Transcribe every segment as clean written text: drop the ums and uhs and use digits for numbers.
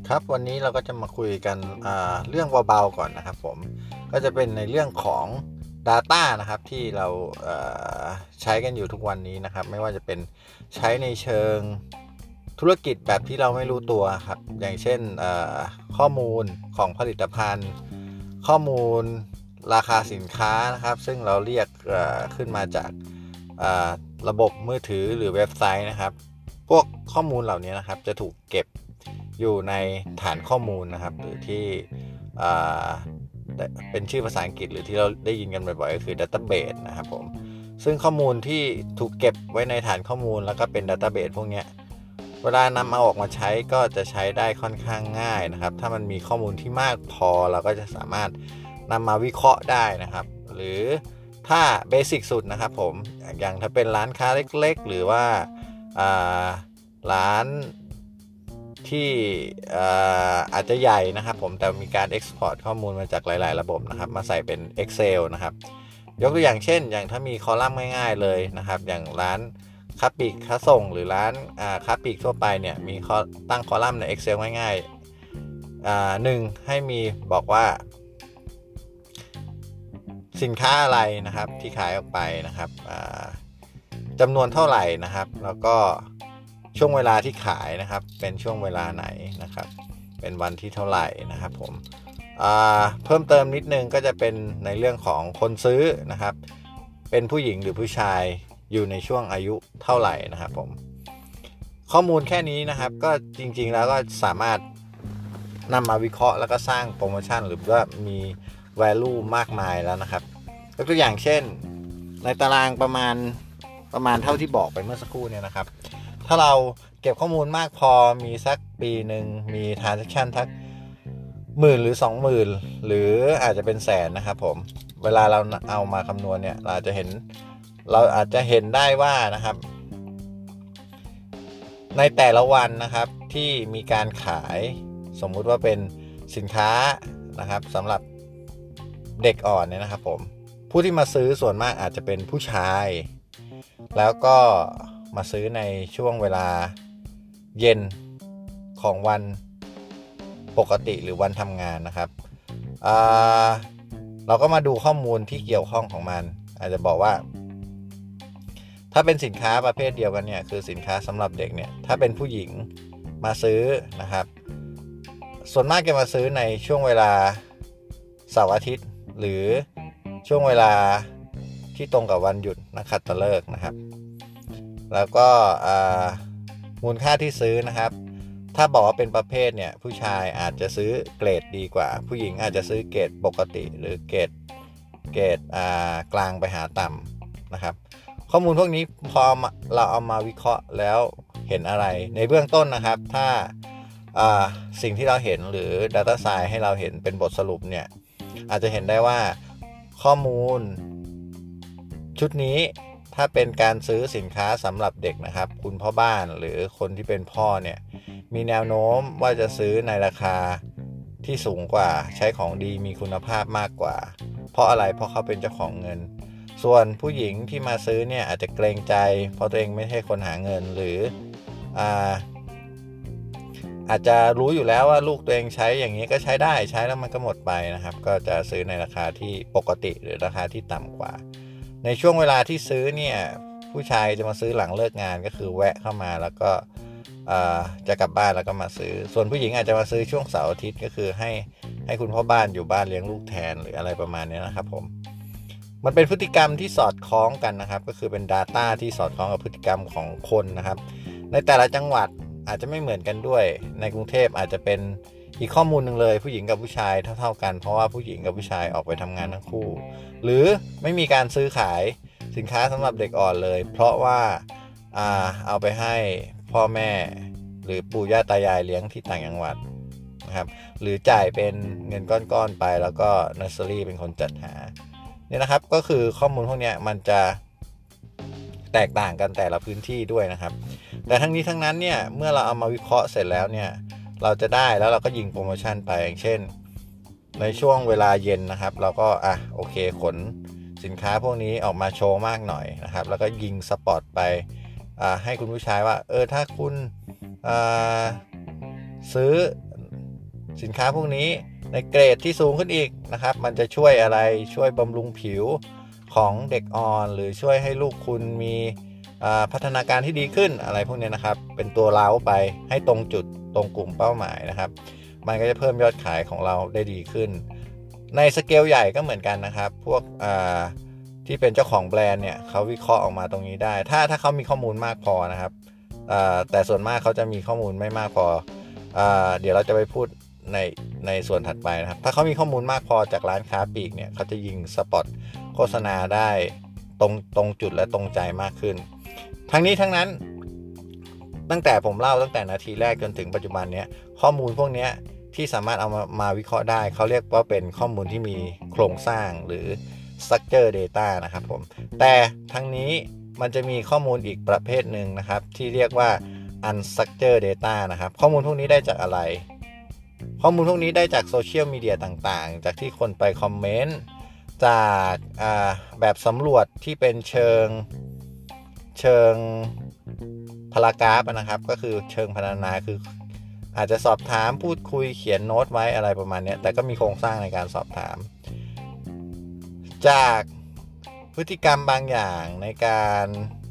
ครับวันนี้เราก็จะมาคุยกันเรื่องเบาๆก่อนนะครับผมก็จะเป็นในเรื่องของ Data นะครับที่เราใช้กันอยู่ทุกวันนี้นะครับไม่ว่าจะเป็นใช้ในเชิงธุรกิจแบบที่เราไม่รู้ตัวครับอย่างเช่นข้อมูลของผลิตภัณฑ์ข้อมูลราคาสินค้านะครับซึ่งเราเรียกขึ้นมาจากระบบมือถือหรือเว็บไซต์นะครับพวกข้อมูลเหล่านี้นะครับจะถูกเก็บอยู่ในฐานข้อมูลนะครับหรือที่เป็นชื่อภาษาอังกฤษหรือที่เราได้ยินกันบ่อยๆก็คือ database นะครับผมซึ่งข้อมูลที่ถูกเก็บไว้ในฐานข้อมูลแล้วก็เป็น database พวกนี้เวลานำเอาออกมาใช้ก็จะใช้ได้ค่อนข้างง่ายนะครับถ้ามันมีข้อมูลที่มากพอเราก็จะสามารถนำมาวิเคราะห์ได้นะครับหรือถ้าเบสิกสุดนะครับผมอย่างถ้าเป็นร้านค้าเล็กๆหรือว่าร้านที่อาจจะใหญ่นะครับผมแต่มีการ export ข้อมูลมาจากหลายๆระบบนะครับมาใส่เป็น Excel นะครับยกตัวอย่างเช่นอย่างถ้ามีคอลัมน์ง่ายๆเลยนะครับอย่างร้านค้าปลีกค้าส่งหรือร้านค้าปลีกทั่วไปเนี่ยมีตั้งคอลัมน์ใน Excel ง่ายๆหนึ่งให้มีบอกว่าสินค้าอะไรนะครับที่ขายออกไปนะครับจำนวนเท่าไหร่นะครับแล้วก็ช่วงเวลาที่ขายนะครับเป็นช่วงเวลาไหนนะครับเป็นวันที่เท่าไหร่นะครับผมเพิ่มเติมนิดนึงก็จะเป็นในเรื่องของคนซื้อนะครับเป็นผู้หญิงหรือผู้ชายอยู่ในช่วงอายุเท่าไหร่นะครับผมข้อมูลแค่นี้นะครับก็จริงๆแล้วก็สามารถนำมาวิเคราะห์แล้วก็สร้างโปรโมชั่นหรือว่ามี value มากมายแล้วนะครับยกตัวอย่างเช่นในตารางประมาณเท่าที่บอกไปเมื่อสักครู่เนี่ยนะครับถ้าเราเก็บข้อมูลมากพอมีสักปีหนึ่งมี transaction ทัก10,000หรือ 20,000 หรืออาจจะเป็นแสนนะครับผมเวลาเราเอามาคำนวณเนี่ยเราอาจจะเห็นได้ว่านะครับในแต่ละวันนะครับที่มีการขายสมมุติว่าเป็นสินค้านะครับสำหรับเด็กอ่อนเนี่ยนะครับผมผู้ที่มาซื้อส่วนมากอาจจะเป็นผู้ชายแล้วก็มาซื้อในช่วงเวลาเย็นของวันปกติหรือวันทำงานนะครับเราก็มาดูข้อมูลที่เกี่ยวข้องของมันอาจจะบอกว่าถ้าเป็นสินค้าประเภทเดียวกันเนี่ยคือสินค้าสำหรับเด็กเนี่ยถ้าเป็นผู้หญิงมาซื้อนะครับส่วนมากจะมาซื้อในช่วงเวลาเสาร์อาทิตย์หรือช่วงเวลาที่ตรงกับวันหยุดนักขัตฤกษ์นะครับแล้วก็มูลค่าที่ซื้อนะครับถ้าบอกว่าเป็นประเภทเนี่ยผู้ชายอาจจะซื้อเกรดดีกว่าผู้หญิงอาจจะซื้อเกรดปกติหรือเกรดกลางไปหาต่ำนะครับข้อมูลพวกนี้พอเราเอามาวิเคราะห์แล้วเห็นอะไรในเบื้องต้นนะครับถ้าสิ่งที่เราเห็นหรือ Data Science ให้เราเห็นเป็นบทสรุปเนี่ยอาจจะเห็นได้ว่าข้อมูลชุดนี้ถ้าเป็นการซื้อสินค้าสำหรับเด็กนะครับคุณพ่อบ้านหรือคนที่เป็นพ่อเนี่ยมีแนวโน้มว่าจะซื้อในราคาที่สูงกว่าใช้ของดีมีคุณภาพมากกว่าเพราะอะไรเพราะเขาเป็นเจ้าของเงินส่วนผู้หญิงที่มาซื้อเนี่ยอาจจะเกรงใจเพราะตัวเองไม่ใช่คนหาเงินหรืออาจจะรู้อยู่แล้วว่าลูกตัวเองใช้อย่างนี้ก็ใช้ได้ใช้แล้วมันก็หมดไปนะครับก็จะซื้อในราคาที่ปกติหรือราคาที่ต่ำกว่าในช่วงเวลาที่ซื้อเนี่ยผู้ชายจะมาซื้อหลังเลิกงานก็คือแวะเข้ามาแล้วก็จะกลับบ้านแล้วก็มาซื้อส่วนผู้หญิงอาจจะมาซื้อช่วงเสาร์อาทิตย์ก็คือให้คุณพ่อบ้านอยู่บ้านเลี้ยงลูกแทนหรืออะไรประมาณนี้นะครับผมมันเป็นพฤติกรรมที่สอดคล้องกันนะครับก็คือเป็น Data ที่สอดคล้องกับพฤติกรรมของคนนะครับในแต่ละจังหวัดอาจจะไม่เหมือนกันด้วยในกรุงเทพอาจจะเป็นอีกข้อมูลหนึ่งเลยผู้หญิงกับผู้ชายเท่ากันเพราะว่าผู้หญิงกับผู้ชายออกไปทำงานทั้งคู่หรือไม่มีการซื้อขายสินค้าสำหรับเด็กอ่อนเลยเพราะว่าเอาไปให้พ่อแม่หรือปู่ย่าตายายเลี้ยงที่ต่างจังหวัดนะครับหรือจ่ายเป็นเงินก้อนๆไปแล้วก็เนอร์เซอรี่เป็นคนจัดหาเนี่ยนะครับก็คือข้อมูลพวกนี้มันจะแตกต่างกันแต่ละพื้นที่ด้วยนะครับแต่ทั้งนี้ทั้งนั้นเนี่ยเมื่อเราเอามาวิเคราะห์เสร็จแล้วเนี่ยเราจะได้แล้วเราก็ยิงโปรโมชั่นไปอย่างเช่นในช่วงเวลาเย็นนะครับเราก็โอเคขนสินค้าพวกนี้ออกมาโชว์มากหน่อยนะครับแล้วก็ยิงสปอตไปให้คุณผู้ชายว่าถ้าคุณซื้อสินค้าพวกนี้ในเกรดที่สูงขึ้นอีกนะครับมันจะช่วยอะไรช่วยบำรุงผิวของเด็กอ่อนหรือช่วยให้ลูกคุณมีพัฒนาการที่ดีขึ้นอะไรพวกนี้นะครับเป็นตัวเล้าไปให้ตรงจุดตรงกลุ่มเป้าหมายนะครับมันก็จะเพิ่มยอดขายของเราได้ดีขึ้นในสเกลใหญ่ก็เหมือนกันนะครับพวกที่เป็นเจ้าของแบรนด์เนี่ยเขาวิเคราะห์ออกมาตรงนี้ได้ถ้าเขามีข้อมูลมากพอนะครับแต่ส่วนมากเขาจะมีข้อมูลไม่มากพอเดี๋ยวเราจะไปพูดในส่วนถัดไปนะครับถ้าเขามีข้อมูลมากพอจากร้านค้าปลีกเนี่ยเขาจะยิงสปอตโฆษณาได้ตรงจุดและตรงใจมากขึ้นทั้งนี้ทั้งนั้นตั้งแต่ผมเล่าตั้งแต่นาทีแรกจนถึงปัจจุบันเนี้ยข้อมูลพวกนี้ที่สามารถเอามาวิเคราะห์ได้เขาเรียกว่าเป็นข้อมูลที่มีโครงสร้างหรือ structure data นะครับผมแต่ทั้งนี้มันจะมีข้อมูลอีกประเภทหนึ่งนะครับที่เรียกว่า unstructured data นะครับข้อมูลพวกนี้ได้จากอะไรข้อมูลพวกนี้ได้จากโซเชียลมีเดียต่างๆจากที่คนไปคอมเมนต์จากแบบสำรวจที่เป็นเชิงพารากราฟนะครับก็คือเชิงพรรณนาคืออาจจะสอบถามพูดคุยเขียนโน้ตไว้อะไรประมาณนี้แต่ก็มีโครงสร้างในการสอบถามจากพฤติกรรมบางอย่างในการ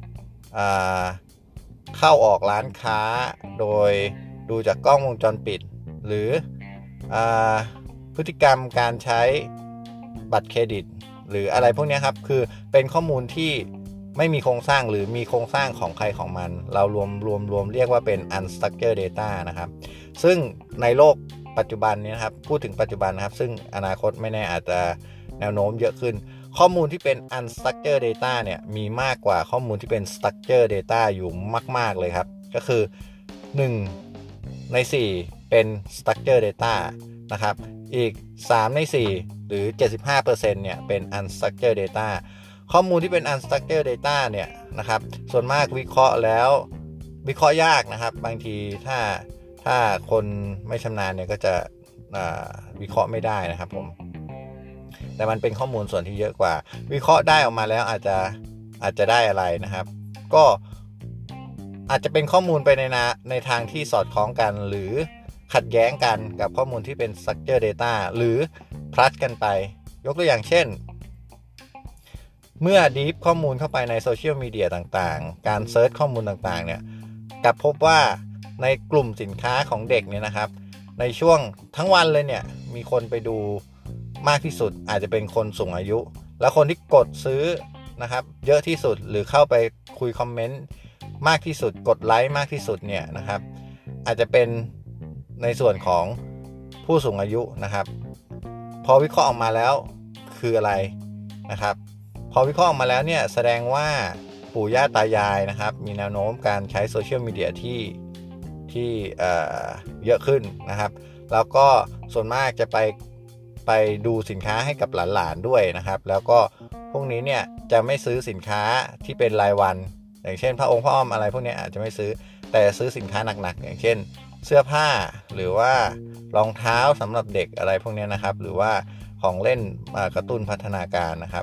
เข้าออกร้านค้าโดยดูจากกล้องวงจรปิดหรือพฤติกรรมการใช้บัตรเครดิตหรืออะไรพวกนี้ครับคือเป็นข้อมูลที่ไม่มีโครงสร้างหรือมีโครงสร้างของใครของมันเรารวมเรียกว่าเป็น unstructured data นะครับซึ่งในโลกปัจจุบันนี้นะครับพูดถึงปัจจุบันนะครับซึ่งอนาคตไม่แน่อาจจะแนวโน้มเยอะขึ้นข้อมูลที่เป็น unstructured data เนี่ยมีมากกว่าข้อมูลที่เป็น structured data อยู่มากๆเลยครับก็คือ1ใน4เป็น structured data นะครับอีก3ใน4หรือ 75% เนี่ยเป็น unstructured data ข้อมูลที่เป็น unstructured data เนี่ยนะครับส่วนมากวิเคราะห์แล้ววิเคราะห์ยากนะครับบางทีถ้าคนไม่ชำนาญเนี่ยก็จะวิเคราะห์ไม่ได้นะครับผมแต่มันเป็นข้อมูลส่วนที่เยอะกว่าวิเคราะห์ได้ออกมาแล้วอาจจะได้อะไรนะครับก็อาจจะเป็นข้อมูลไปในทางที่สอดคล้องกันหรือขัดแย้งกันกับข้อมูลที่เป็น structure data หรือ plus กันไปยกตัวอย่างเช่นเมื่อดีฟข้อมูลเข้าไปในโซเชียลมีเดียต่างๆการเซิร์ชข้อมูลต่างๆเนี่ยกลับพบว่าในกลุ่มสินค้าของเด็กเนี่ยนะครับในช่วงทั้งวันเลยเนี่ยมีคนไปดูมากที่สุดอาจจะเป็นคนสูงอายุแล้วคนที่กดซื้อนะครับเยอะที่สุดหรือเข้าไปคุยคอมเมนต์มากที่สุดกดไลค์มากที่สุดเนี่ยนะครับอาจจะเป็นในส่วนของผู้สูงอายุนะครับพอวิเคราะห์ออกมาแล้วคืออะไรนะครับพอวิเคราะห์ออกมาแล้วเนี่ยแสดงว่าปู่ย่าตายายนะครับมีแนวโน้มการใช้โซเชียลมีเดียที่เยอะขึ้นนะครับแล้วก็ส่วนมากจะไปดูสินค้าให้กับหลานๆด้วยนะครับแล้วก็พวกนี้เนี่ยจะไม่ซื้อสินค้าที่เป็นรายวันอย่างเช่นพระองค์พระอ้อมอะไรพวกนี้อาจจะไม่ซื้อแต่ซื้อสินค้าหนักๆอย่างเช่นเสื้อผ้าหรือว่ารองเท้าสำหรับเด็กอะไรพวกนี้นะครับหรือว่าของเล่นกระตุ้นพัฒนาการนะครับ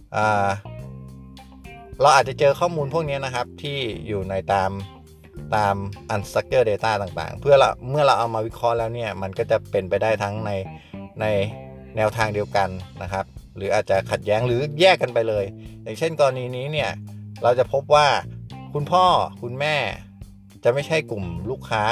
เราอาจจะเจอข้อมูลพวกนี้นะครับที่อยู่ในตาม unstructured data ต่างๆเมื่อเราเอามาวิเคราะห์แล้วเนี่ยมันก็จะเป็นไปได้ทั้งในแนวทางเดียวกันนะครับหรืออาจจะขัดแย้งหรือแยกกันไปเลยอย่างเช่นกรณีนี้เนี่ยเราจะพบว่าคุณพ่อคุณแม่จะไม่ใช่กลุ่มลูกค้า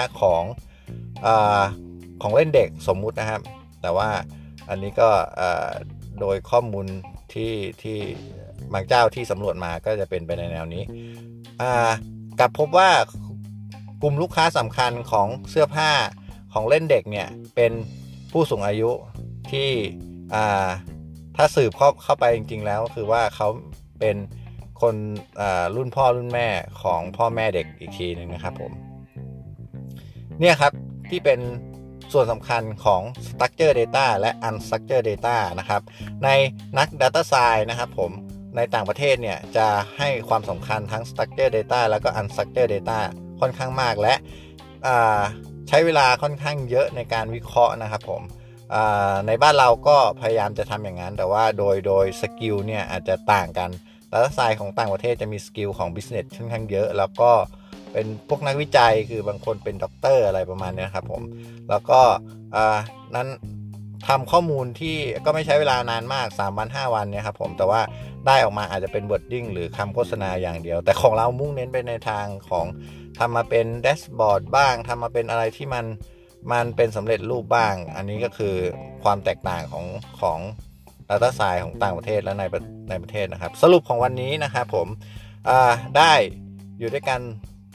ของเล่นเด็กสมมุตินะครับแต่ว่าอันนี้ก็โดยข้อมูลที่บางเจ้าที่สำรวจมาก็จะเป็นไปในแนวนี้กลับพบว่ากลุ่มลูกค้าสำคัญของเสื้อผ้าของเล่นเด็กเนี่ยเป็นผู้สูงอายุที่ถ้าสืบเข้าไปจริงๆแล้วคือว่าเขาเป็นคนรุ่นพ่อรุ่นแม่ของพ่อแม่เด็กอีกทีนึงนะครับผมเนี่ยครับที่เป็นส่วนสำคัญของ structure data และ unstructured data นะครับในนัก data science นะครับผมในต่างประเทศเนี่ยจะให้ความสำคัญทั้ง structure data แล้วก็ unstructured data ค่อนข้างมากและใช้เวลาค่อนข้างเยอะในการวิเคราะห์นะครับผมในบ้านเราก็พยายามจะทำอย่างนั้นแต่ว่าโดยสกิลเนี่ยอาจจะต่างกัน data science ของต่างประเทศจะมีสกิลของ business ค่อนข้างเยอะแล้วก็เป็นพวกนักวิจัยคือบางคนเป็นด็อกเตอร์อะไรประมาณนี้ครับผมแล้วก็นั้นทำข้อมูลที่ก็ไม่ใช้เวลานานมาก3 วัน 5 วันเนี่ยครับผมแต่ว่าได้ออกมาอาจจะเป็น wording หรือคำโฆษณาอย่างเดียวแต่ของเรามุ่งเน้นไปในทางของทำมาเป็นแดชบอร์ดบ้างทำมาเป็นอะไรที่มันเป็นสำเร็จรูปบ้างอันนี้ก็คือความแตกต่างของ Data Science ของต่างประเทศและในประเทศนะครับสรุปของวันนี้นะครับผมได้อยู่ด้วยกัน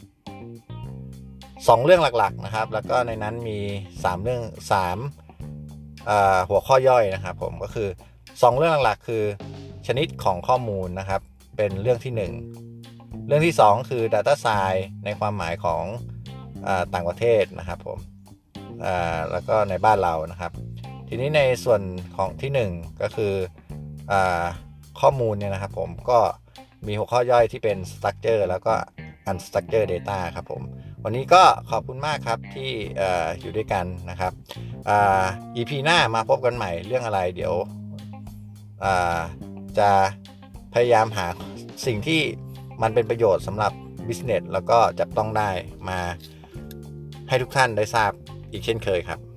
2เรื่องหลักๆนะครับแล้วก็ในนั้นมี3เรื่องหัวข้อย่อยนะครับผมก็คือ2เรื่องหลักๆคือชนิดของข้อมูลนะครับเป็นเรื่องที่1เรื่องที่2คือ Data Science ในความหมายของต่างประเทศนะครับผมแล้วก็ในบ้านเรานะครับทีนี้ในส่วนของที่1ก็คือข้อมูลเนี่ยนะครับผมก็มีหัวข้อย่อยที่เป็น structure แล้วก็ unstructured data ครับผมวันนี้ก็ขอบคุณมากครับที่อยู่ด้วยกันนะครับEP หน้ามาพบกันใหม่เรื่องอะไรเดี๋ยวจะพยายามหาสิ่งที่มันเป็นประโยชน์สำหรับ business แล้วก็จับต้องได้มาให้ทุกท่านได้ทราบอีกเช่นเคยครับ